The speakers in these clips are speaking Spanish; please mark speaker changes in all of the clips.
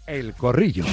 Speaker 1: El Corrillo.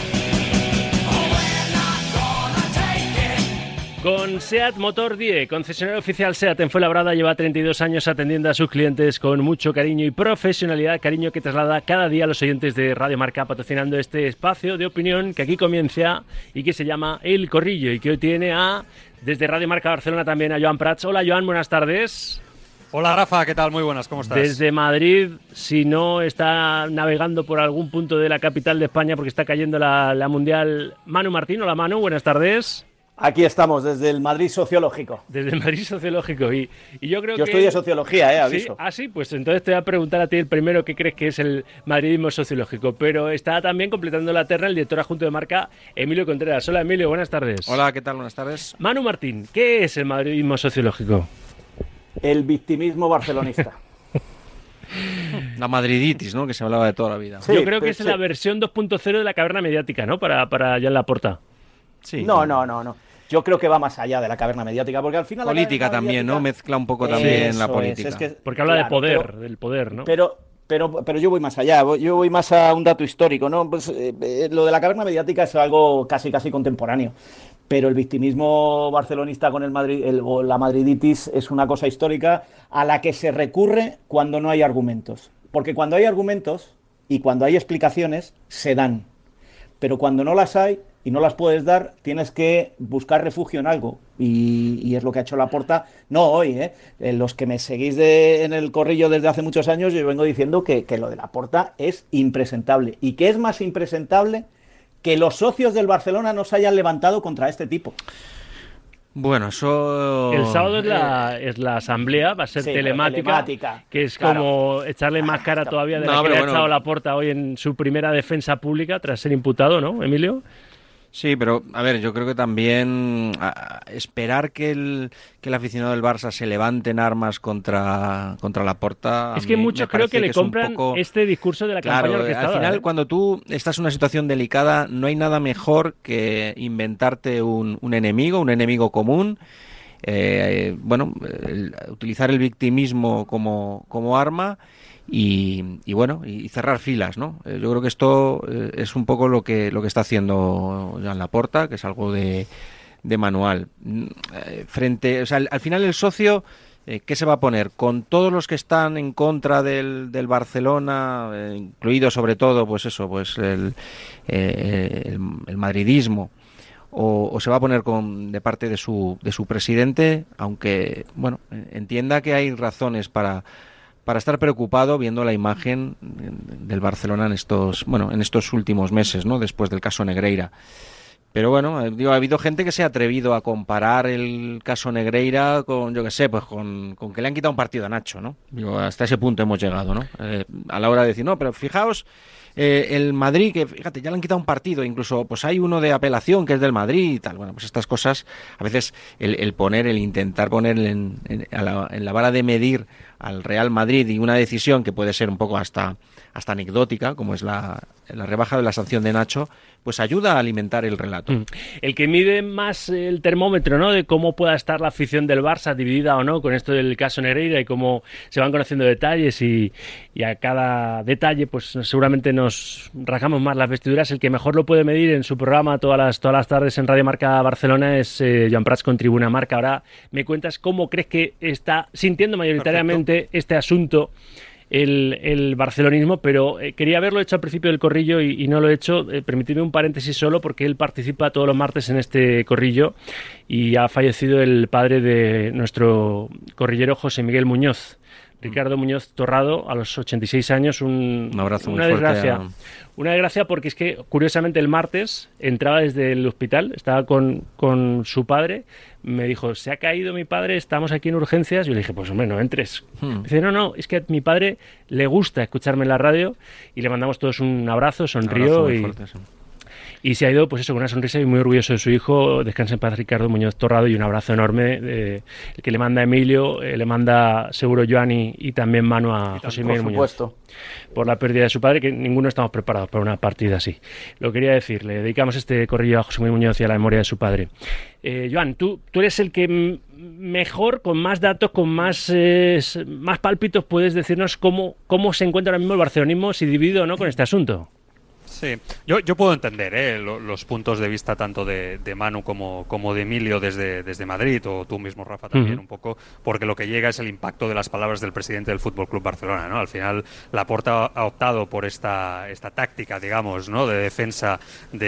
Speaker 2: Con SEAT Motor 10, concesionario oficial SEAT en Fuenlabrada, lleva 32 años atendiendo a sus clientes con mucho cariño y profesionalidad, cariño que traslada cada día a los oyentes de Radio Marca, patrocinando este espacio de opinión que aquí comienza y que se llama El Corrillo, y que hoy tiene desde Radio Marca Barcelona también a Joan Prats. Hola Joan, buenas tardes.
Speaker 3: Hola Rafa, ¿qué tal? Muy buenas, ¿cómo estás?
Speaker 2: Desde Madrid, si no está navegando por algún punto de la capital de España porque está cayendo la Mundial, Manu Martín. Hola Manu, buenas tardes.
Speaker 4: Aquí estamos, desde el Madrid Sociológico.
Speaker 2: Desde el Madrid Sociológico. Y yo creo que...
Speaker 4: Yo estudié Sociología, aviso.
Speaker 2: ¿Sí? Ah, sí, pues entonces te voy a preguntar a ti el primero qué crees que es el madridismo sociológico. Pero está también completando la terna el director adjunto de Marca, Emilio Contreras. Hola Emilio, buenas tardes.
Speaker 3: Hola, ¿qué tal? Buenas tardes.
Speaker 2: Manu Martín, ¿qué es el madridismo sociológico?
Speaker 4: El victimismo barcelonista.
Speaker 3: La madriditis, ¿no? Que se hablaba de toda la vida.
Speaker 2: Sí, yo creo que es la versión 2.0 de la caverna mediática, ¿no? Para Joan Laporta.
Speaker 3: Sí.
Speaker 4: No. Yo creo que va más allá de la caverna mediática, porque al final...
Speaker 3: Política también, mediática, ¿no? Mezcla un poco también la política.
Speaker 2: Porque habla de poder, del poder, ¿no?
Speaker 4: Pero yo voy más allá, yo voy más a un dato histórico, ¿no? Pues lo de la caverna mediática es algo casi contemporáneo, pero el victimismo barcelonista con el Madrid, o la madriditis, es una cosa histórica a la que se recurre cuando no hay argumentos. Porque cuando hay argumentos y cuando hay explicaciones, se dan. Pero cuando no las hay y no las puedes dar, tienes que buscar refugio en algo. Y es lo que ha hecho Laporta, no hoy, los que me seguís en el Corrillo desde hace muchos años, yo vengo diciendo que lo de Laporta es impresentable. Y que es más impresentable que los socios del Barcelona no se hayan levantado contra este tipo.
Speaker 3: Bueno, eso...
Speaker 2: El sábado es la asamblea, va a ser telemática, que es como echarle más cara todavía de la que le ha echado Laporta hoy en su primera defensa pública tras ser imputado, ¿no, Emilio?
Speaker 3: Sí, pero a ver, yo creo que también esperar que el aficionado del Barça se levante en armas contra Laporta.
Speaker 2: Es que muchos creo que le compran este discurso de la campaña orquestada.
Speaker 3: Al final, cuando tú estás en una situación delicada, no hay nada mejor que inventarte un enemigo común. Utilizar el victimismo como arma. Y cerrar filas, ¿no? Yo creo que esto es un poco lo que está haciendo Joan Laporta, que es algo de manual. Al final el socio, ¿qué se va a poner? Con todos los que están en contra del Barcelona, incluido sobre todo, el madridismo. O se va a poner de parte de su presidente, aunque, entienda que hay razones para estar preocupado viendo la imagen del Barcelona en estos últimos meses, ¿no? Después del caso Negreira. Pero ha habido gente que se ha atrevido a comparar el caso Negreira con, con que le han quitado un partido a Nacho, ¿no? Hasta ese punto hemos llegado, ¿no? A la hora de decir, no, pero fijaos, el Madrid, que fíjate, ya le han quitado un partido, incluso pues hay uno de apelación que es del Madrid y tal. Bueno, pues estas cosas, a veces el intentar poner en la vara de medir al Real Madrid y una decisión que puede ser un poco hasta anecdótica, como es la rebaja de la sanción de Nacho, pues ayuda a alimentar el relato.
Speaker 2: El que mide más el termómetro, ¿no?, de cómo pueda estar la afición del Barça dividida o no con esto del caso Negreira y cómo se van conociendo detalles y a cada detalle pues seguramente nos rasgamos más las vestiduras. El que mejor lo puede medir en su programa todas las tardes en Radio Marca Barcelona es Joan Prats con Tribuna Marca. Ahora me cuentas cómo crees que está sintiendo mayoritariamente este asunto el barcelonismo, pero quería haberlo hecho al principio del Corrillo y no lo he hecho. Permitidme un paréntesis solo, porque él participa todos los martes en este Corrillo y ha fallecido el padre de nuestro corrillero José Miguel Muñoz, Ricardo Muñoz Torrado, a los 86 años. Un
Speaker 3: abrazo muy
Speaker 2: fuerte. Una desgracia porque es que, curiosamente, el martes entraba desde el hospital, estaba con su padre, me dijo, se ha caído mi padre, estamos aquí en urgencias. Yo le dije, pues hombre, no entres. Me dice, no, es que a mi padre le gusta escucharme en la radio, y le mandamos todos un abrazo, sonrió y se ha ido, pues eso, con una sonrisa y muy orgulloso de su hijo. Descansa en paz, Ricardo Muñoz Torrado, y un abrazo enorme el que le manda Emilio, le manda seguro Joan y también Manu a José Miguel Muñoz, por la pérdida de su padre, que ninguno estamos preparados para una partida así. Lo quería decir, le dedicamos este Corrillo a José Miguel Muñoz y a la memoria de su padre. Joan, tú eres el que mejor, con más datos, con más pálpitos, puedes decirnos cómo se encuentra ahora mismo el barcelonismo, si dividido o no con este asunto.
Speaker 1: Sí, yo puedo entender los puntos de vista tanto de Manu como de Emilio desde Madrid, o tú mismo, Rafa, también un poco, porque lo que llega es el impacto de las palabras del presidente del Fútbol Club Barcelona, ¿no? Al final, Laporta ha optado por esta táctica, digamos, ¿no?, de defensa,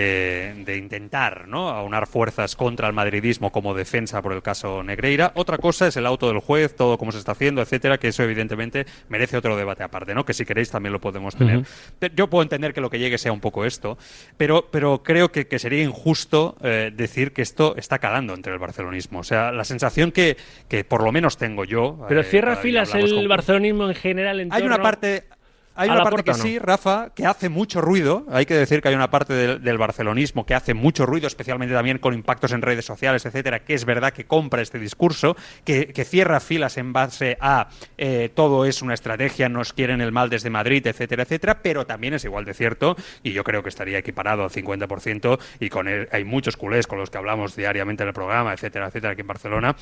Speaker 1: de intentar, ¿no?, aunar fuerzas contra el madridismo como defensa por el caso Negreira. Otra cosa es el auto del juez, todo cómo se está haciendo, etcétera, que eso evidentemente merece otro debate aparte, ¿no?, que si queréis también lo podemos tener. Yo puedo entender que lo que llegue sea un poco esto, pero creo que sería injusto decir que esto está calando entre el barcelonismo. O sea, la sensación que por lo menos tengo yo...
Speaker 2: Pero cierra filas el barcelonismo en general en torno...
Speaker 1: Hay una parte que sí, Rafa, que hace mucho ruido. Hay que decir que hay una parte del barcelonismo que hace mucho ruido, especialmente también con impactos en redes sociales, etcétera, que es verdad que compra este discurso, que cierra filas en base a todo es una estrategia, nos quieren el mal desde Madrid, etcétera, etcétera, pero también es igual de cierto, y yo creo que estaría equiparado al 50%, y con él hay muchos culés con los que hablamos diariamente en el programa, etcétera, etcétera, aquí en Barcelona,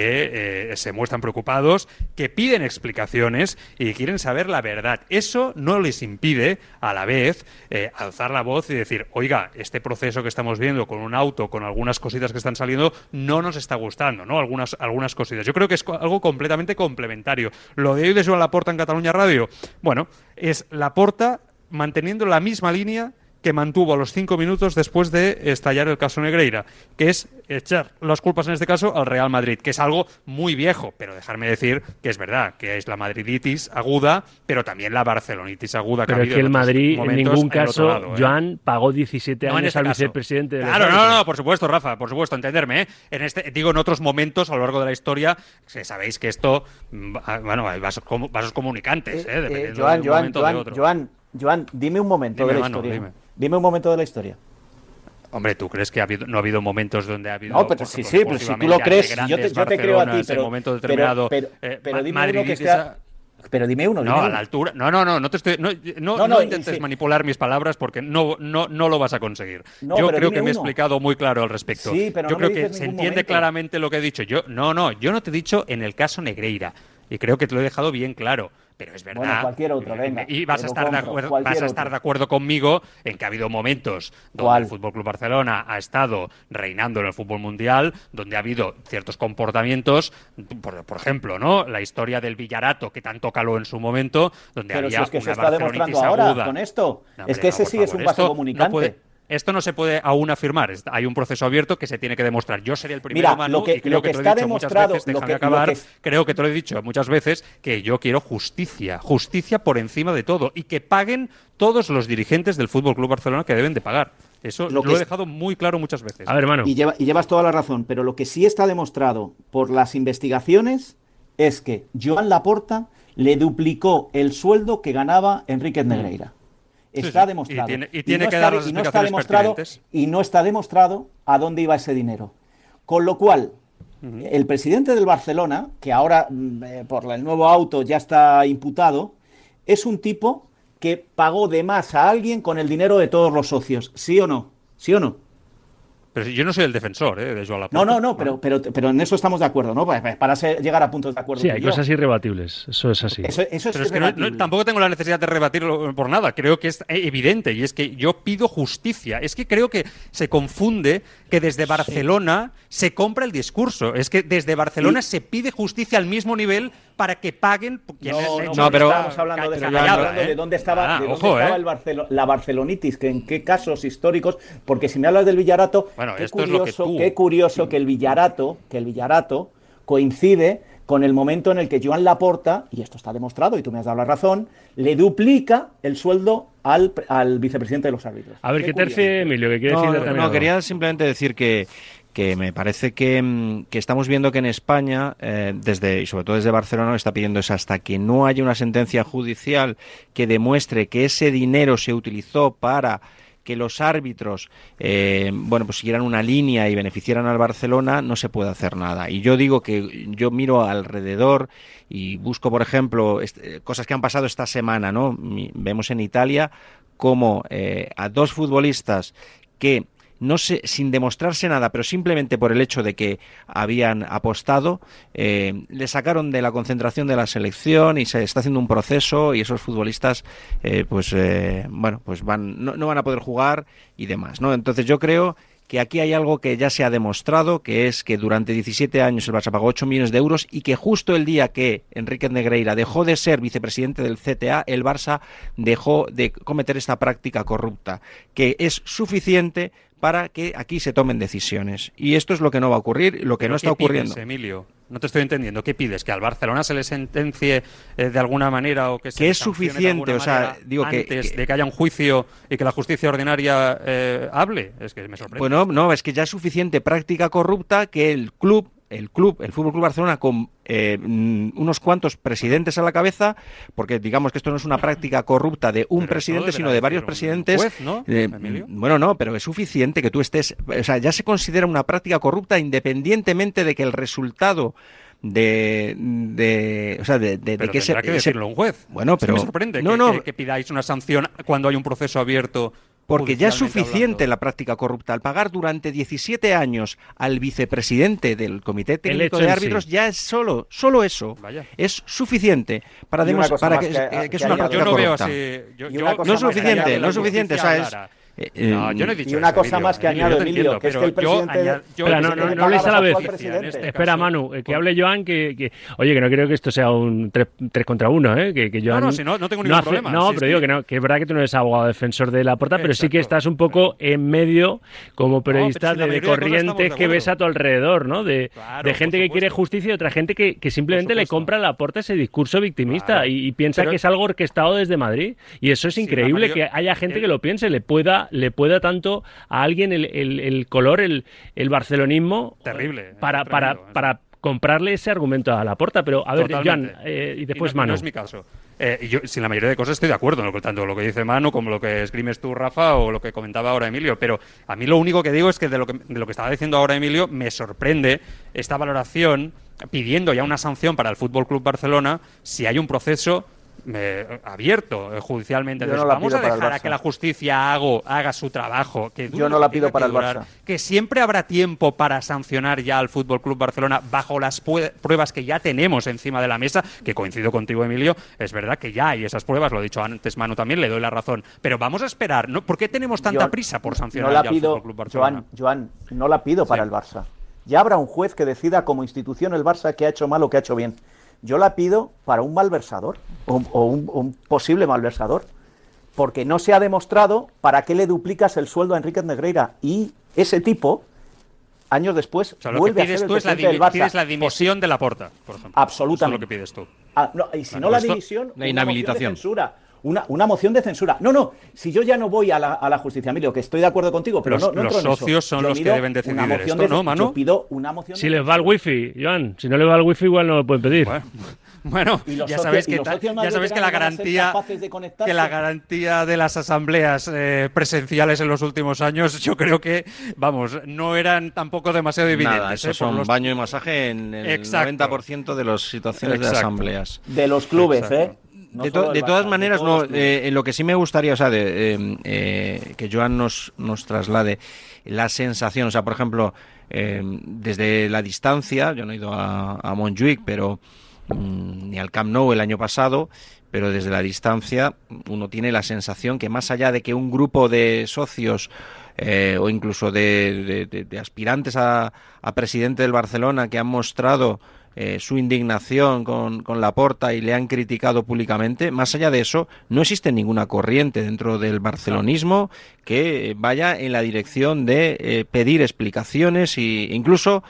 Speaker 1: que se muestran preocupados, que piden explicaciones y quieren saber la verdad. Eso no les impide, a la vez, alzar la voz y decir, oiga, este proceso que estamos viendo con un auto, con algunas cositas que están saliendo, no nos está gustando, ¿no? Algunas cositas. Yo creo que es algo completamente complementario. Lo de hoy de Joan Laporta en Catalunya Radio, bueno, es Laporta manteniendo la misma línea que mantuvo a los 5 minutos después de estallar el caso Negreira, que es echar las culpas en este caso al Real Madrid, que es algo muy viejo, pero dejarme decir que es verdad, que es la madriditis aguda, pero también la barcelonitis aguda.
Speaker 2: Pero
Speaker 1: que
Speaker 2: es que el Madrid en ningún caso,
Speaker 1: lado,
Speaker 2: Joan pagó 17
Speaker 1: no
Speaker 2: años
Speaker 1: en
Speaker 2: al
Speaker 1: este
Speaker 2: vicepresidente de
Speaker 1: Claro, no, por supuesto, Rafa, por supuesto, entenderme, ¿eh? En otros momentos a lo largo de la historia, sabéis que esto, bueno, hay vasos comunicantes, dependiendo
Speaker 4: Joan,
Speaker 1: de un momento o de otro.
Speaker 4: Joan, dime un momento de la historia. Dime un momento de la historia.
Speaker 1: Hombre, ¿tú crees que no ha habido momentos donde ha habido...
Speaker 4: No, pero sí, pero si tú lo crees, yo te creo a ti,
Speaker 1: pero... En momento determinado,
Speaker 4: pero dime uno que esté... Pero dime uno.
Speaker 1: A la altura... No te estoy... No intentes manipular mis palabras porque no lo vas a conseguir. Yo creo que me he explicado muy claro al respecto.
Speaker 4: Sí, pero
Speaker 1: yo creo que se entiende claramente lo que he dicho. Yo no te he dicho en el caso Negreira. Y creo que te lo he dejado bien claro. Pero es verdad.
Speaker 4: Bueno, cualquier otro, venga.
Speaker 1: Y vas a estar de acuerdo conmigo en que ha habido momentos donde el Fútbol Club Barcelona ha estado reinando en el fútbol mundial, donde ha habido ciertos comportamientos, por ejemplo, ¿no? La historia del Villarato, que tanto caló en su momento, donde
Speaker 4: pero
Speaker 1: había
Speaker 4: si es que
Speaker 1: una
Speaker 4: se está demostrando ahora con esto. No, es que ese sí es un vaso comunicante.
Speaker 1: Esto no se puede aún afirmar. Hay un proceso abierto que se tiene que demostrar. Yo sería el primero, Manu, y creo que te lo he dicho muchas veces, déjame acabar, creo que te lo he dicho muchas veces, que yo quiero justicia por encima de todo, y que paguen todos los dirigentes del Fútbol Club Barcelona que deben de pagar. Eso lo he dejado muy claro muchas veces.
Speaker 2: A ver, Manu.
Speaker 4: Y llevas toda la razón, pero lo que sí está demostrado por las investigaciones es que Joan Laporta le duplicó el sueldo que ganaba Enríquez Negreira. Está demostrado.
Speaker 1: Y tiene que dar las explicaciones pertinentes.
Speaker 4: Y no está demostrado a dónde iba ese dinero. Con lo cual, el presidente del Barcelona, que ahora por el nuevo auto ya está imputado, es un tipo que pagó de más a alguien con el dinero de todos los socios. ¿Sí o no? ¿Sí o no?
Speaker 1: Pero yo no soy el defensor de Joan Laporta.
Speaker 4: No, pero en eso estamos de acuerdo, ¿no? Para llegar a puntos de acuerdo.
Speaker 2: Sí, hay cosas irrebatibles, eso es así.
Speaker 4: Eso es
Speaker 1: pero es que tampoco tengo la necesidad de rebatirlo por nada, creo que es evidente, y es que yo pido justicia. Es que creo que se confunde que desde Barcelona se compra el discurso. Es que desde Barcelona se pide justicia al mismo nivel para que paguen
Speaker 4: pero estamos hablando de dónde estaba, la barcelonitis, que en qué casos históricos, porque si me hablas del Villarato,
Speaker 1: bueno,
Speaker 4: qué curioso que el Villarato coincide con el momento en el que Joan Laporta, y esto está demostrado y tú me has dado la razón, le duplica el sueldo al vicepresidente de los árbitros.
Speaker 2: A ver, ¿qué terce, Emilio? ¿Qué quiere decir también?
Speaker 3: No, quería simplemente decir que me parece que estamos viendo que en España, y sobre todo desde Barcelona, lo está pidiendo es hasta que no haya una sentencia judicial que demuestre que ese dinero se utilizó para que los árbitros pues siguieran una línea y beneficiaran al Barcelona, no se puede hacer nada. Y yo digo que yo miro alrededor y busco, por ejemplo, cosas que han pasado esta semana, ¿no? Vemos en Italia como a dos futbolistas que sin demostrarse nada, pero simplemente por el hecho de que habían apostado, le sacaron de la concentración de la selección y se está haciendo un proceso y esos futbolistas no van a poder jugar y demás, ¿no? Entonces yo creo que aquí hay algo que ya se ha demostrado, que es que durante 17 años el Barça pagó 8 millones de euros y que justo el día que Enríquez Negreira dejó de ser vicepresidente del CTA, el Barça dejó de cometer esta práctica corrupta, que es suficiente para que aquí se tomen decisiones. Y esto es lo que no va a ocurrir, lo que no está ocurriendo.
Speaker 1: ¿Qué pides, Emilio? No te estoy entendiendo. ¿Qué pides? ¿Que al Barcelona se le sentencie de alguna manera o que se
Speaker 3: que es suficiente, o sea, digo
Speaker 1: antes de que haya un juicio y que la justicia ordinaria hable? Es que me sorprende.
Speaker 3: Bueno, no, es que ya es suficiente práctica corrupta que el Fútbol Club Barcelona, con unos cuantos presidentes a la cabeza, porque digamos que esto no es una práctica corrupta de un presidente, sino de varios presidentes.
Speaker 1: Juez, ¿no,
Speaker 3: bueno, no, pero es suficiente que tú estés, o sea, ya se considera una práctica corrupta independientemente de que el resultado de
Speaker 1: que decirlo un juez.
Speaker 3: Bueno, pero
Speaker 1: me sorprende que pidáis una sanción cuando hay un proceso abierto.
Speaker 3: Porque ya es suficiente la práctica corrupta. Al pagar durante 17 años al vicepresidente del Comité Técnico de Árbitros, ya es solo eso.
Speaker 1: Vaya.
Speaker 3: Es suficiente para demostrar que es una práctica corrupta. No es suficiente, o sea, es...
Speaker 1: No, yo no he dicho
Speaker 4: y una
Speaker 1: eso,
Speaker 4: cosa más que añado, Emilio, que es que el presidente...
Speaker 2: no hables a la vez. Espera, Manu, que hable Joan, oye, que no creo que esto sea un 3 contra 1, que Joan...
Speaker 1: No tengo ningún problema.
Speaker 2: No, pero digo que es verdad que tú no eres abogado defensor de Laporta, pero sí que estás un poco en medio, como periodista, de corrientes que ves a tu alrededor, ¿no? De gente que quiere justicia y otra gente que simplemente le compra a Laporta ese discurso victimista y piensa que es algo orquestado desde Madrid. Y eso es increíble, que haya gente que lo piense, le pueda tanto a alguien el color, el barcelonismo
Speaker 1: terrible
Speaker 2: para comprarle ese argumento a Laporta. Pero a ver, Joan, y después Manu.
Speaker 1: No es mi caso. Yo, sin la mayoría de cosas, estoy de acuerdo, tanto lo que dice Manu como lo que escribes tú, Rafa, o lo que comentaba ahora Emilio. Pero a mí lo único que digo es que de lo que estaba diciendo ahora Emilio, me sorprende esta valoración pidiendo ya una sanción para el Fútbol Club Barcelona si hay un proceso abierto judicialmente. Entonces, vamos a dejar a que la justicia haga su trabajo.
Speaker 4: Yo no la pido para el Barça.
Speaker 1: Que siempre habrá tiempo para sancionar ya al Fútbol Club Barcelona bajo las pruebas que ya tenemos encima de la mesa, que coincido contigo, Emilio, es verdad que ya hay esas pruebas, lo he dicho antes Manu también, le doy la razón, pero vamos a esperar, ¿no? ¿Por qué tenemos tanta prisa por sancionar ya al Fútbol Club Barcelona?
Speaker 4: Joan, no la pido para el Barça. Ya habrá un juez que decida como institución el Barça qué ha hecho mal o qué ha hecho bien. Yo la pido para un malversador o un posible malversador, porque no se ha demostrado para qué le duplicas el sueldo a Enríquez Negreira y ese tipo, años después, vuelve a ser el presidente del Barça.
Speaker 1: Pides la dimisión de Laporta, por ejemplo.
Speaker 4: Absolutamente.
Speaker 1: Eso es lo que pides tú.
Speaker 4: Y si no la dimisión,
Speaker 3: la inhabilitación.
Speaker 4: Una moción de censura. No, si yo ya no voy a la justicia, Emilio, que estoy de acuerdo contigo, pero
Speaker 1: los socios son los que deben decidir esto, ¿no, Manu?
Speaker 4: Yo pido una moción
Speaker 2: si les va el wifi, Joan, si no le va el wifi igual no lo pueden pedir.
Speaker 1: Bueno, ya sabes que la garantía de las asambleas presenciales en los últimos años, yo creo que, no eran tampoco demasiado evidentes.
Speaker 3: Nada, eso son baño y masaje en el 90% de las situaciones de asambleas.
Speaker 4: De los clubes,
Speaker 1: Exacto.
Speaker 3: De todas maneras, lo que sí me gustaría, que Joan nos traslade la sensación, por ejemplo, desde la distancia, yo no he ido a Montjuic, pero ni al Camp Nou el año pasado, pero desde la distancia uno tiene la sensación que más allá de que un grupo de socios o incluso de aspirantes a presidente del Barcelona que han mostrado su indignación con Laporta y le han criticado públicamente, más allá de eso, no existe ninguna corriente dentro del barcelonismo que vaya en la dirección de pedir explicaciones e incluso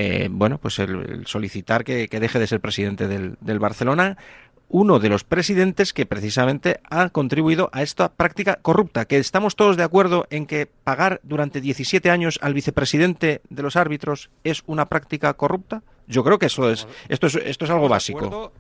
Speaker 3: el solicitar que deje de ser presidente del Barcelona, uno de los presidentes que precisamente ha contribuido a esta práctica corrupta, que estamos todos de acuerdo en que pagar durante 17 años al vicepresidente de los árbitros es una práctica corrupta. Yo creo que esto es algo básico.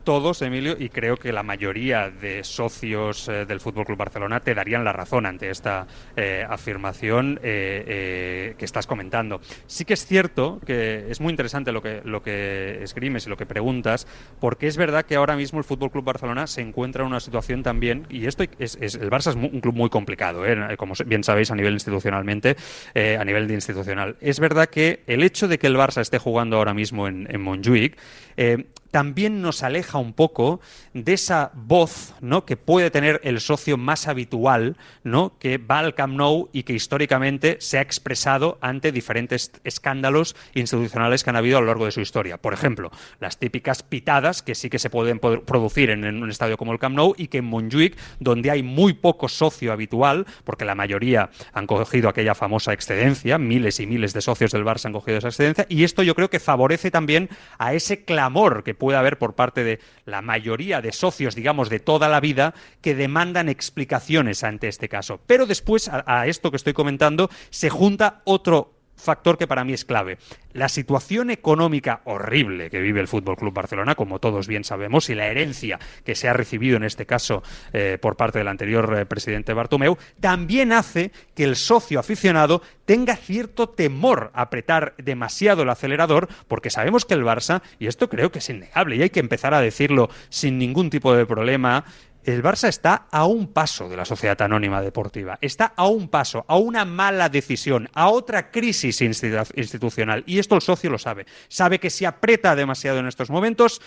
Speaker 1: todos, Emilio, y creo que la mayoría de socios del FC Barcelona te darían la razón ante esta afirmación que estás comentando. Sí que es cierto que es muy interesante lo que esgrimes y lo que preguntas, porque es verdad que ahora mismo el FC Barcelona se encuentra en una situación también, y esto el Barça es un club muy complicado, como bien sabéis, a nivel institucionalmente, a nivel de institucional. Es verdad que el hecho de que el Barça esté jugando ahora mismo en Montjuïc también nos aleja un poco de esa voz, ¿no?, que puede tener el socio más habitual, ¿no?, que va al Camp Nou y que históricamente se ha expresado ante diferentes escándalos institucionales que han habido a lo largo de su historia. Por ejemplo, las típicas pitadas que sí que se pueden producir en un estadio como el Camp Nou, y que en Montjuïc, donde hay muy poco socio habitual, porque la mayoría han cogido aquella famosa excedencia, miles y miles de socios del Barça han cogido esa excedencia, y esto yo creo que favorece también a ese clamor que puede haber por parte de la mayoría de socios, digamos, de toda la vida, que demandan explicaciones ante este caso. Pero después, a esto que estoy comentando, se junta otro factor que para mí es clave: la situación económica horrible que vive el FC Barcelona, como todos bien sabemos, y la herencia que se ha recibido en este caso por parte del anterior presidente Bartomeu, también hace que el socio aficionado tenga cierto temor a apretar demasiado el acelerador, porque sabemos que el Barça, y esto creo que es innegable y hay que empezar a decirlo sin ningún tipo de problema, el Barça está a un paso de la Sociedad Anónima Deportiva, está a un paso, a una mala decisión, a otra crisis institucional, y esto el socio lo sabe. Sabe que si aprieta demasiado en estos momentos,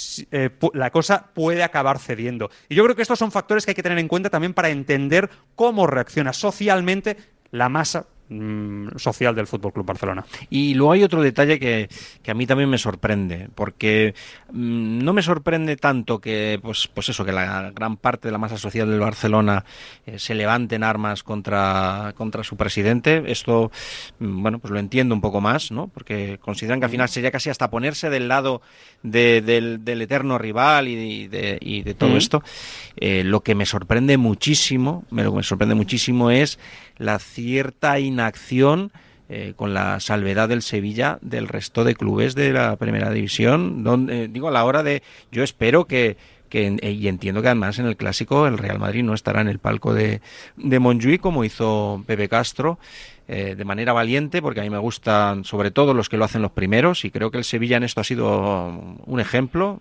Speaker 1: la cosa puede acabar cediendo. Y yo creo que estos son factores que hay que tener en cuenta también para entender cómo reacciona socialmente la masa social del FC Barcelona.
Speaker 3: Y luego hay otro detalle que a mí también me sorprende, porque no me sorprende tanto que pues eso, que la gran parte de la masa social del Barcelona se levante en armas contra su presidente. Esto, bueno, pues lo entiendo un poco más, ¿no? Porque consideran que al final sería casi hasta ponerse del lado del eterno rival y de todo esto. Lo que me sorprende muchísimo es la cierta inacción, con la salvedad del Sevilla, del resto de clubes de la Primera División, donde, a la hora de... Yo espero que y entiendo que además en el Clásico el Real Madrid no estará en el palco de Montjuïc, como hizo Pepe Castro, de manera valiente, porque a mí me gustan sobre todo los que lo hacen los primeros, y creo que el Sevilla en esto ha sido un ejemplo.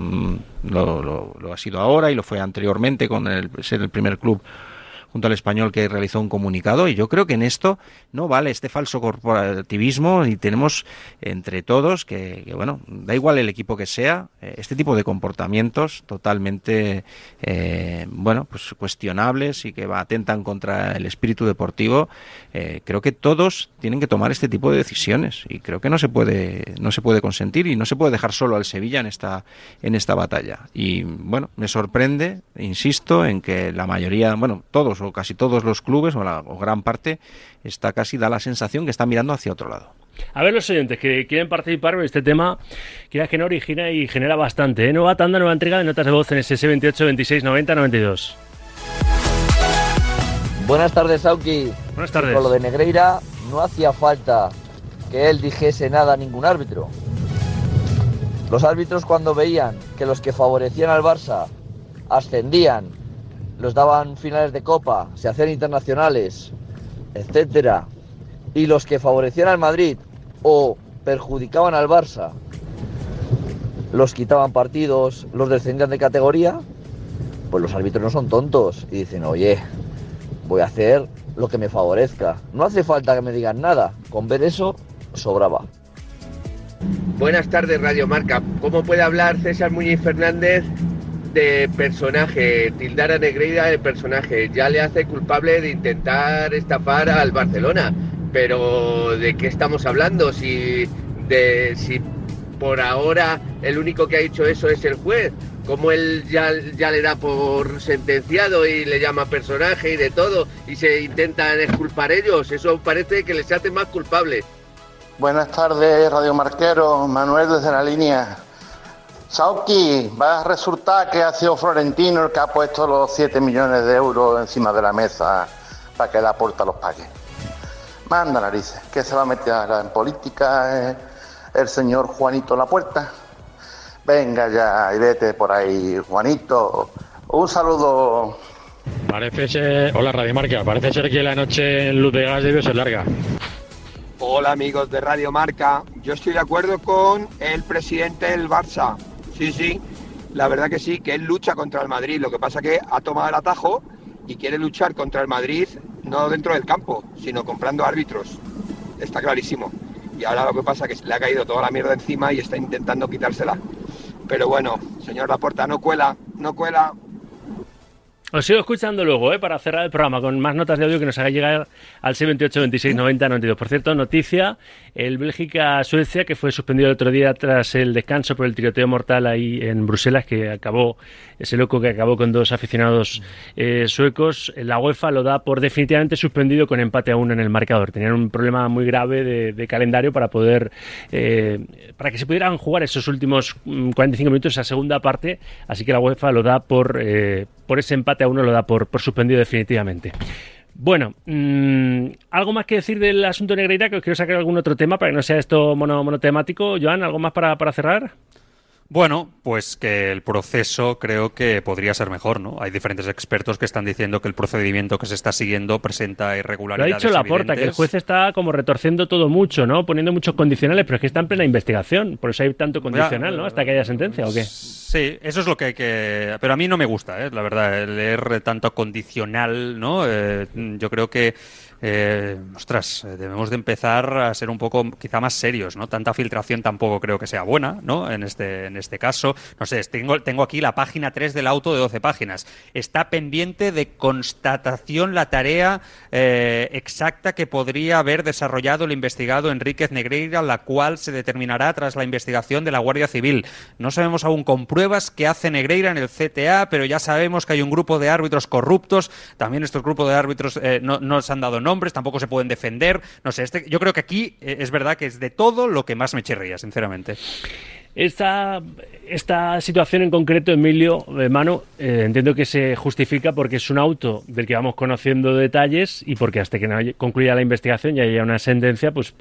Speaker 3: Lo ha sido ahora y lo fue anteriormente con ser el primer club junto al Español que realizó un comunicado, y yo creo que en esto no vale este falso corporativismo, y tenemos entre todos que bueno, da igual el equipo que sea, este tipo de comportamientos totalmente bueno, pues cuestionables y que atentan contra el espíritu deportivo. Creo que todos tienen que tomar este tipo de decisiones, y creo que no se puede consentir, y no se puede dejar solo al Sevilla en esta batalla. Y bueno, me sorprende, insisto, en que la mayoría, bueno, todos o casi todos los clubes, o gran parte, da la sensación que está mirando hacia otro lado.
Speaker 2: A ver, los oyentes que quieren participar en este tema, quieras que no, origina y genera bastante, ¿eh? Nueva tanda, nueva entrega de notas de voz en ese 28 26 90 92.
Speaker 5: Buenas tardes, Sauki.
Speaker 2: Buenas tardes.
Speaker 5: Con lo de Negreira, no hacía falta que él dijese nada a ningún árbitro. Los árbitros, cuando veían que los que favorecían al Barça ascendían, los daban finales de Copa, se hacían internacionales, etcétera, y los que favorecían al Madrid o perjudicaban al Barça, los quitaban partidos, los descendían de categoría, pues los árbitros no son tontos y dicen, oye, voy a hacer lo que me favorezca. No hace falta que me digan nada, con ver eso sobraba.
Speaker 6: Buenas tardes, Radio Marca. ¿Cómo puede hablar César Muñiz Fernández de personaje, tildar a Negreira de personaje? Ya le hace culpable de intentar estafar al Barcelona, pero ¿de qué estamos hablando? Si por ahora el único que ha dicho eso es el juez, como él ya le da por sentenciado y le llama personaje y de todo, y se intentan exculpar ellos, eso parece que les hace más culpables.
Speaker 7: Buenas tardes, Radio Marquero, Manuel desde la línea. Sauki, va a resultar que ha sido Florentino el que ha puesto los 7 millones de euros encima de la mesa para que la Porta los pague. Manda narices, que se va a meter en política el señor Juanito Lapuerta. Venga ya, y vete por ahí, Juanito. Un saludo.
Speaker 8: Parece ser... Hola, Radio Marca. Parece ser que la noche en Luz de Gas debe ser larga.
Speaker 6: Hola amigos de Radio Marca, yo estoy de acuerdo con el presidente del Barça. Sí, la verdad que sí, que él lucha contra el Madrid. Lo que pasa que ha tomado el atajo y quiere luchar contra el Madrid no dentro del campo, sino comprando árbitros. Está clarísimo. Y ahora lo que pasa es que le ha caído toda la mierda encima y está intentando quitársela. Pero bueno, señor Laporta, no cuela.
Speaker 2: Os sigo escuchando luego, para cerrar el programa, con más notas de audio que nos haga llegar al 628 26 90 92. Por cierto, noticia, el Bélgica-Suecia, que fue suspendido el otro día tras el descanso por el tiroteo mortal ahí en Bruselas, que acabó, ese loco que acabó con 2 aficionados suecos, la UEFA lo da por definitivamente suspendido con empate a 1 en el marcador. Tenían un problema muy grave de calendario para poder, para que se pudieran jugar esos últimos 45 minutos, esa segunda parte, así que la UEFA lo da por ese empate a 1 lo da por suspendido definitivamente. Bueno, ¿algo más que decir del asunto Negreira? Que os quiero sacar algún otro tema para que no sea esto monotemático. Joan, ¿algo más para cerrar?
Speaker 1: Bueno, pues que el proceso creo que podría ser mejor, ¿no? Hay diferentes expertos que están diciendo que el procedimiento que se está siguiendo presenta irregularidades evidentes.
Speaker 2: Lo ha dicho Laporta, que el juez está como retorciendo todo mucho, ¿no? Poniendo muchos condicionales, pero es que está en plena investigación. Por eso hay tanto condicional, ¿no? Hasta que haya sentencia, ¿o qué?
Speaker 1: Sí, eso es lo que hay que... Pero a mí no me gusta, la verdad, leer tanto condicional, ¿no? Yo creo que debemos de empezar a ser un poco quizá más serios, ¿no? Tanta filtración tampoco creo que sea buena, ¿no? En este caso, no sé, tengo aquí la página 3 del auto de 12 páginas. Está pendiente de constatación la tarea exacta que podría haber desarrollado el investigado Enríquez Negreira, la cual se determinará tras la investigación de la Guardia Civil. No sabemos aún con pruebas qué hace Negreira en el CTA, pero ya sabemos que hay un grupo de árbitros corruptos. También estos grupos de árbitros no se han dado nombres, tampoco se pueden defender. No sé, yo creo que aquí es verdad que es de todo lo que más me chirría, sinceramente.
Speaker 2: Esta situación en concreto, Emilio, Manu, entiendo que se justifica porque es un auto del que vamos conociendo detalles y porque hasta que no concluya la investigación y haya una sentencia, pues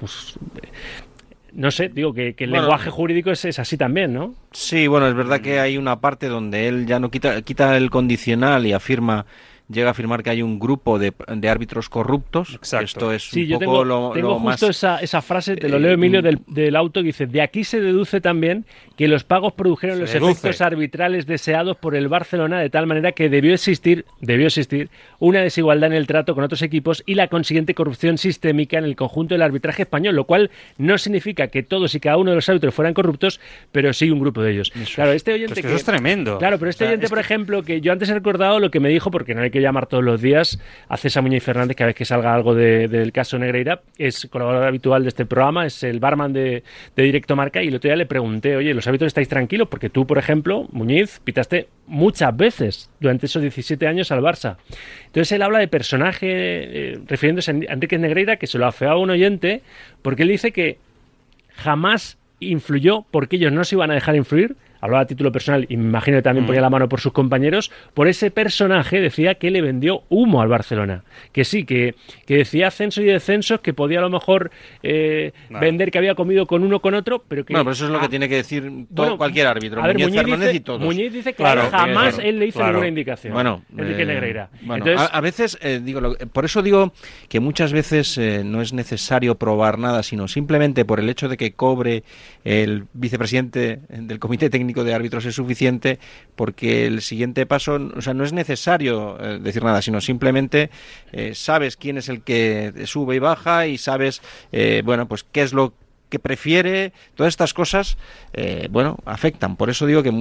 Speaker 2: no sé, digo que el lenguaje jurídico es así también, ¿no?
Speaker 3: Sí, bueno, es verdad que hay una parte donde él ya no quita el condicional y llega a afirmar que hay un grupo de árbitros corruptos.
Speaker 1: Exacto.
Speaker 3: Esto es
Speaker 2: sí,
Speaker 3: un
Speaker 2: yo
Speaker 3: poco
Speaker 2: tengo justo
Speaker 3: más...
Speaker 2: esa frase, te lo leo, Emilio, del auto, que dice: de aquí se deduce también que los pagos produjeron los efectos arbitrales deseados por el Barcelona, de tal manera que debió existir una desigualdad en el trato con otros equipos y la consiguiente corrupción sistémica en el conjunto del arbitraje español, lo cual no significa que todos y cada uno de los árbitros fueran corruptos, pero sí un grupo de ellos. Claro, este oyente
Speaker 1: eso es tremendo.
Speaker 2: Claro, pero este oyente, por ejemplo, que yo antes he recordado lo que me dijo, porque no hay que llamar todos los días a César Muñiz Fernández cada vez que salga algo del caso Negreira, es colaborador habitual de este programa, es el barman de Directo Marca, y el otro día le pregunté: oye, ¿los árbitros estáis tranquilos? Porque tú, por ejemplo, Muñiz, pitaste muchas veces durante esos 17 años al Barça. Entonces él habla de personaje, refiriéndose a Enríquez Negreira, que se lo afeaba a un oyente, porque él dice que jamás influyó, porque ellos no se iban a dejar influir. Hablaba a título personal y me imagino que también ponía la mano por sus compañeros. Por ese personaje decía que le vendió humo al Barcelona. Que sí, que decía ascensos y descensos, que podía a lo mejor vender que había comido con uno con otro, pero que...
Speaker 3: Bueno, pero eso es lo que tiene que decir cualquier árbitro.
Speaker 2: A ver,
Speaker 3: Muñiz Fernández
Speaker 2: dice,
Speaker 3: y todos.
Speaker 2: Muñiz dice que jamás él le hizo ninguna indicación.
Speaker 3: Bueno,
Speaker 2: Enrique Negreira.
Speaker 3: Bueno,
Speaker 2: entonces,
Speaker 3: a veces, por eso digo que muchas veces no es necesario probar nada, sino simplemente por el hecho de que cobre el vicepresidente del Comité Técnico de Árbitros es suficiente, porque el siguiente paso, o sea, no es necesario decir nada, sino simplemente sabes quién es el que sube y baja y sabes, pues qué es lo que prefiere. Todas estas cosas, afectan. Por eso digo que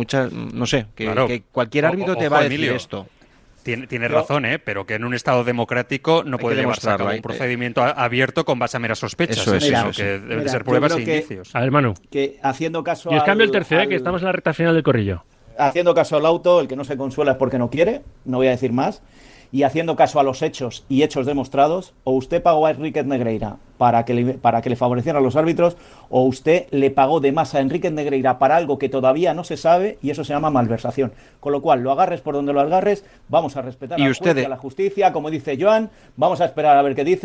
Speaker 3: que cualquier árbitro te va a decir Emilio, esto.
Speaker 1: Tienes razón, pero que en un Estado democrático no puede llevarse a cabo un procedimiento abierto con base a meras sospechas. Eso que deben ser pruebas e indicios.
Speaker 2: A ver, Manu.
Speaker 4: Que haciendo caso
Speaker 2: y os cambio el tercero, que estamos en la recta final del corrillo.
Speaker 4: Haciendo caso al auto, el que no se consuela es porque no quiere, no voy a decir más. Y haciendo caso a los hechos y hechos demostrados, o usted pagó a Enríquez Negreira para que le favorecieran los árbitros, o usted le pagó de más a Enríquez Negreira para algo que todavía no se sabe, y eso se llama malversación. Con lo cual, lo agarres por donde lo agarres, vamos a respetar al juez y a la justicia, como dice Joan, vamos a esperar a ver qué dice,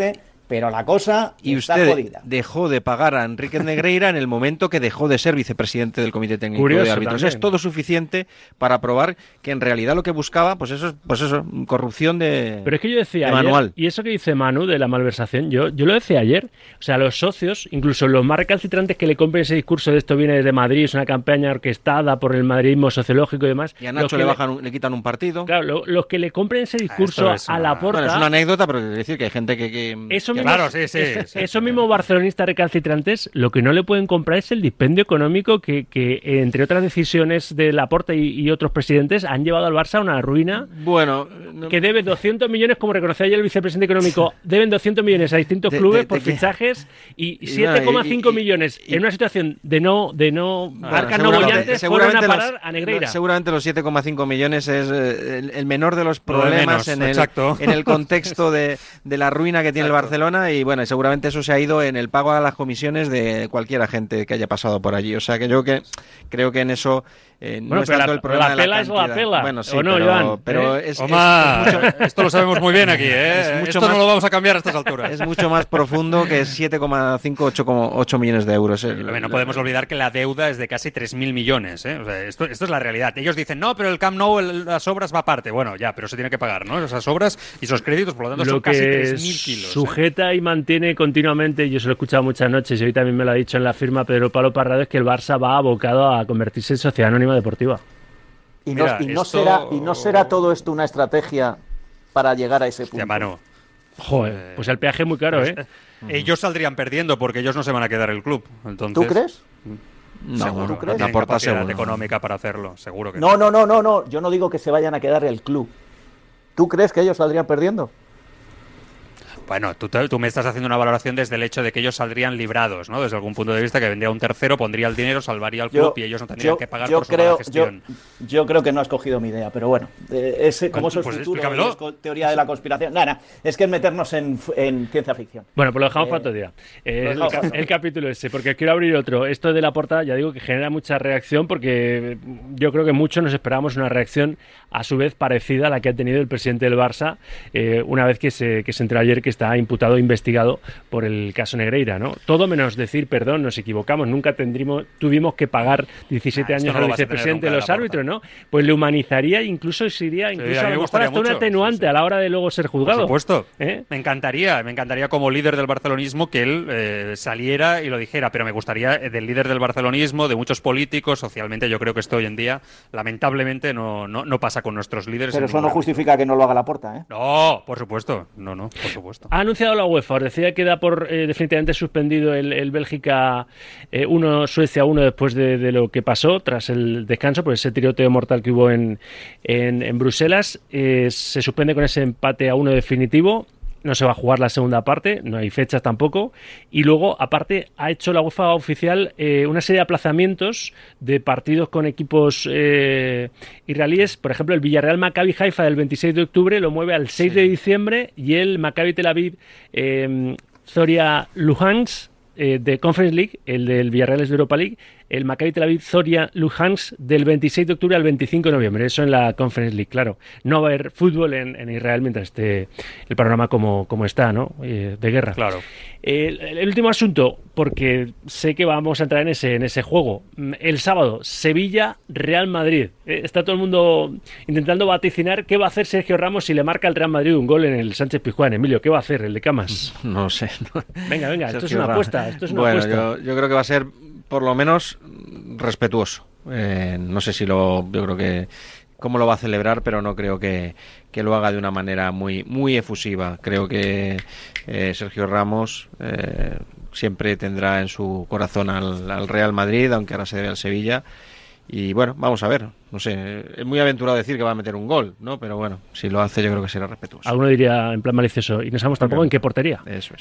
Speaker 4: pero la cosa
Speaker 3: y
Speaker 4: está
Speaker 3: usted
Speaker 4: jodida.
Speaker 3: dejó de pagar a Enrique Negreira en el momento que dejó de ser vicepresidente del Comité Técnico
Speaker 2: Curioso
Speaker 3: de Árbitros.
Speaker 2: también.
Speaker 3: Es todo suficiente para probar que en realidad lo que buscaba, pues eso, corrupción de
Speaker 2: Pero es que yo decía ayer,
Speaker 3: manual.
Speaker 2: y eso que dice Manu de la malversación, yo lo decía ayer, o sea, los socios, incluso los más recalcitrantes que le compren ese discurso de esto viene de Madrid, es una campaña orquestada por el madridismo sociológico y demás.
Speaker 3: Y a Nacho le quitan un partido.
Speaker 2: Claro, los que le compren ese discurso a Laporta...
Speaker 3: Bueno, es una anécdota, pero quiero decir que hay gente que
Speaker 2: Claro, sí. Esos mismos barcelonistas recalcitrantes, lo que no le pueden comprar es el dispendio económico que entre otras decisiones de Laporta y otros presidentes, han llevado al Barça a una ruina.
Speaker 3: Bueno,
Speaker 2: que debe 200 millones, como reconocía ayer el vicepresidente económico, deben 200 millones a distintos clubes por fichajes y 7,5 millones en una situación de marcas no bollantes fueron a parar a Negreira.
Speaker 3: Seguramente los 7,5 millones es el menor de los problemas en el contexto de la ruina que tiene el Barcelona, y bueno, seguramente eso se ha ido en el pago a las comisiones de cualquier agente que haya pasado por allí. O sea que yo creo que en eso no es tanto el problema de la
Speaker 2: pela
Speaker 3: cantidad.
Speaker 2: Es la pela.
Speaker 3: Bueno, sí,
Speaker 2: ¿O no, Joan?
Speaker 3: pero es mucho,
Speaker 1: esto lo sabemos muy bien aquí, ¿eh? Esto no lo vamos a cambiar a estas alturas.
Speaker 3: Es mucho más profundo que 7,5, 8 millones de euros.
Speaker 1: No podemos olvidar que la deuda es de casi 3.000 millones, ¿eh? O sea, esto es la realidad. Ellos dicen, no, pero el Camp Nou, las obras va aparte. Bueno, ya, pero se tiene que pagar, ¿no? Esas obras y esos créditos, por lo tanto, son casi 3.000 kilos.
Speaker 2: Sujeta y mantiene continuamente, yo se lo he escuchado muchas noches y hoy también me lo ha dicho en la firma Pedro Pablo Parrado, es que el Barça va abocado a convertirse en sociedad anónima deportiva.
Speaker 4: Y no será todo esto una estrategia para llegar a ese punto.
Speaker 2: Joder, pues el peaje es muy caro, ¿eh?
Speaker 1: Ellos saldrían perdiendo porque ellos no se van a quedar el club. Entonces,
Speaker 4: ¿tú crees?
Speaker 1: No, seguro.
Speaker 4: ¿Tú crees?
Speaker 1: No tienen capacidad económica para hacerlo, seguro que
Speaker 4: no. Yo no digo que se vayan a quedar el club. ¿Tú crees que ellos saldrían perdiendo?
Speaker 1: Bueno, tú me estás haciendo una valoración desde el hecho de que ellos saldrían librados, ¿no? Desde algún punto de vista que vendría un tercero, pondría el dinero, salvaría al club y ellos no tendrían que pagar por su mala gestión.
Speaker 4: Yo creo que no has cogido mi idea, pero bueno, como eso es futuro, es teoría de la conspiración. Nada, es que es meternos en ciencia ficción.
Speaker 2: Bueno, pues lo dejamos para otro día. El capítulo ese, porque quiero abrir otro. Esto de Laporta, ya digo que genera mucha reacción, porque yo creo que muchos nos esperábamos una reacción a su vez parecida a la que ha tenido el presidente del Barça una vez que se enteró ayer que está imputado e investigado por el caso Negreira, ¿no? Todo menos decir, perdón, nos equivocamos, nunca tuvimos que pagar 17 años al vicepresidente de los árbitros, ¿no? Pues le humanizaría, incluso se iría a lo mejor hasta un atenuante a la hora de luego ser juzgado.
Speaker 1: Por supuesto. Me encantaría como líder del barcelonismo que él saliera y lo dijera, pero me gustaría del líder del barcelonismo, de muchos políticos, socialmente yo creo que esto hoy en día lamentablemente no pasa con nuestros líderes.
Speaker 4: Pero eso no justifica que no lo haga Laporta, ¿eh?
Speaker 1: No, por supuesto. No, por supuesto.
Speaker 2: Ha anunciado la UEFA, os decía que da por definitivamente suspendido el Bélgica 1, Suecia 1 después de lo que pasó tras el descanso, por ese tiroteo mortal que hubo en Bruselas. Se suspende con ese empate a 1 definitivo. No se va a jugar la segunda parte, no hay fechas tampoco. Y luego, aparte, ha hecho la UEFA oficial una serie de aplazamientos de partidos con equipos israelíes. Por ejemplo, el Villarreal Maccabi Haifa del 26 de octubre lo mueve al 6 de diciembre y el Maccabi Tel Aviv Zoria Luhansk de Conference League, el del Villarreal es de Europa League, el Maccabi Tel Aviv Zoria Luhansk del 26 de octubre al 25 de noviembre, eso en la Conference League, claro. No va a haber fútbol en Israel mientras esté el panorama como está, ¿no? De guerra.
Speaker 1: Claro.
Speaker 2: El último asunto, porque sé que vamos a entrar en ese juego. El sábado, Sevilla-Real Madrid. Está todo el mundo intentando vaticinar qué va a hacer Sergio Ramos si le marca al Real Madrid un gol en el Sánchez Pizjuán. Emilio, ¿qué va a hacer el de Camas?
Speaker 3: No sé.
Speaker 2: Venga, esto es una apuesta.
Speaker 3: Yo creo que va a ser por lo menos respetuoso. No sé si yo creo que cómo lo va a celebrar, pero no creo que lo haga de una manera muy efusiva. Creo que Sergio Ramos siempre tendrá en su corazón al Real Madrid, aunque ahora se debe al Sevilla. Y bueno, vamos a ver. No sé, es muy aventurado decir que va a meter un gol, ¿no? Pero bueno, si lo hace yo creo que será respetuoso.
Speaker 2: Alguno diría en plan malicioso, y no sabemos tampoco en qué portería.
Speaker 3: Eso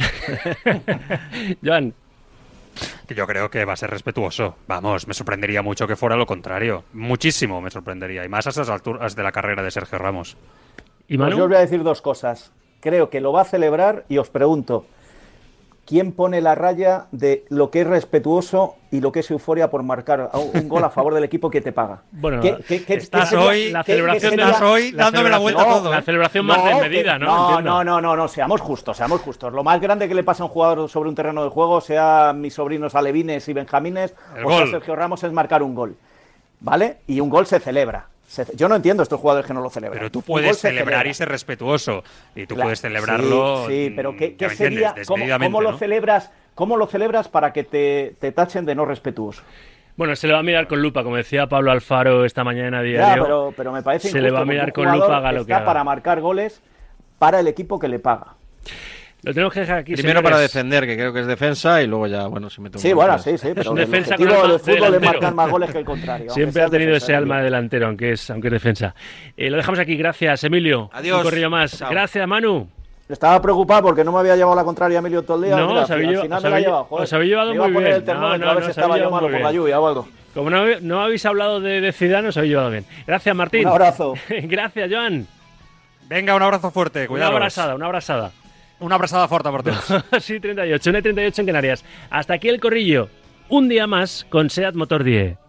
Speaker 3: es.
Speaker 2: Joan.
Speaker 1: Yo creo que va a ser respetuoso. Vamos, me sorprendería mucho que fuera lo contrario. Muchísimo me sorprendería. Y más a esas alturas de la carrera de Sergio Ramos.
Speaker 2: ¿Y Manu?
Speaker 4: Pues yo os voy a decir dos cosas. Creo que lo va a celebrar y os pregunto, ¿quién pone la raya de lo que es respetuoso y lo que es euforia por marcar un gol a favor del equipo que te paga?
Speaker 2: Bueno,
Speaker 1: estás hoy dándome la vuelta a todo.
Speaker 2: La celebración más desmedida, ¿no?
Speaker 4: No, seamos justos. Lo más grande que le pasa a un jugador sobre un terreno de juego, sea mis sobrinos alevines y benjamines, sea Sergio Ramos, es marcar un gol, ¿vale? Y un gol se celebra. Yo no entiendo estos jugadores que no lo celebran.
Speaker 1: Pero tú puedes celebrar y ser respetuoso. Y tú puedes celebrarlo.
Speaker 4: Sí, pero ¿qué sería? ¿Cómo lo celebras? ¿Cómo lo celebras para que te tachen de no respetuoso?
Speaker 2: Bueno, se le va a mirar con lupa, como decía Pablo Alfaro esta mañana diario.
Speaker 4: Pero me parece
Speaker 2: se le va a mirar con lupa, haga lo que haga.
Speaker 4: Para marcar goles para el equipo que le paga.
Speaker 2: Lo tenemos que dejar aquí.
Speaker 3: Primero para defender, que creo que es defensa, y luego ya, se mete un
Speaker 4: gol. Sí, pero el objetivo del fútbol es marcar más goles que el contrario.
Speaker 2: Siempre ha tenido ese alma de delantero, aunque es defensa. Lo dejamos aquí, gracias, Emilio.
Speaker 3: Adiós.
Speaker 2: Un corrillo más.
Speaker 3: Chao.
Speaker 2: Gracias, Manu.
Speaker 4: Estaba preocupado porque no me había llevado la contraria Emilio todo el día.
Speaker 2: No,
Speaker 4: al final me la ha llevado.
Speaker 2: Os habéis llevado muy bien.
Speaker 4: A ver si estaba yo malo por la lluvia o algo.
Speaker 2: Como no habéis hablado de Zidane, os habéis llevado bien. Gracias, Martín.
Speaker 4: Un abrazo.
Speaker 2: Gracias, Joan.
Speaker 1: Venga, un abrazo fuerte. Cuidados.
Speaker 2: Una abrazada.
Speaker 1: Una abrazada fuerte por todos.
Speaker 2: Sí, 38, 1:38 en Canarias. Hasta aquí el corrillo. Un día más con SEAT Motor 10.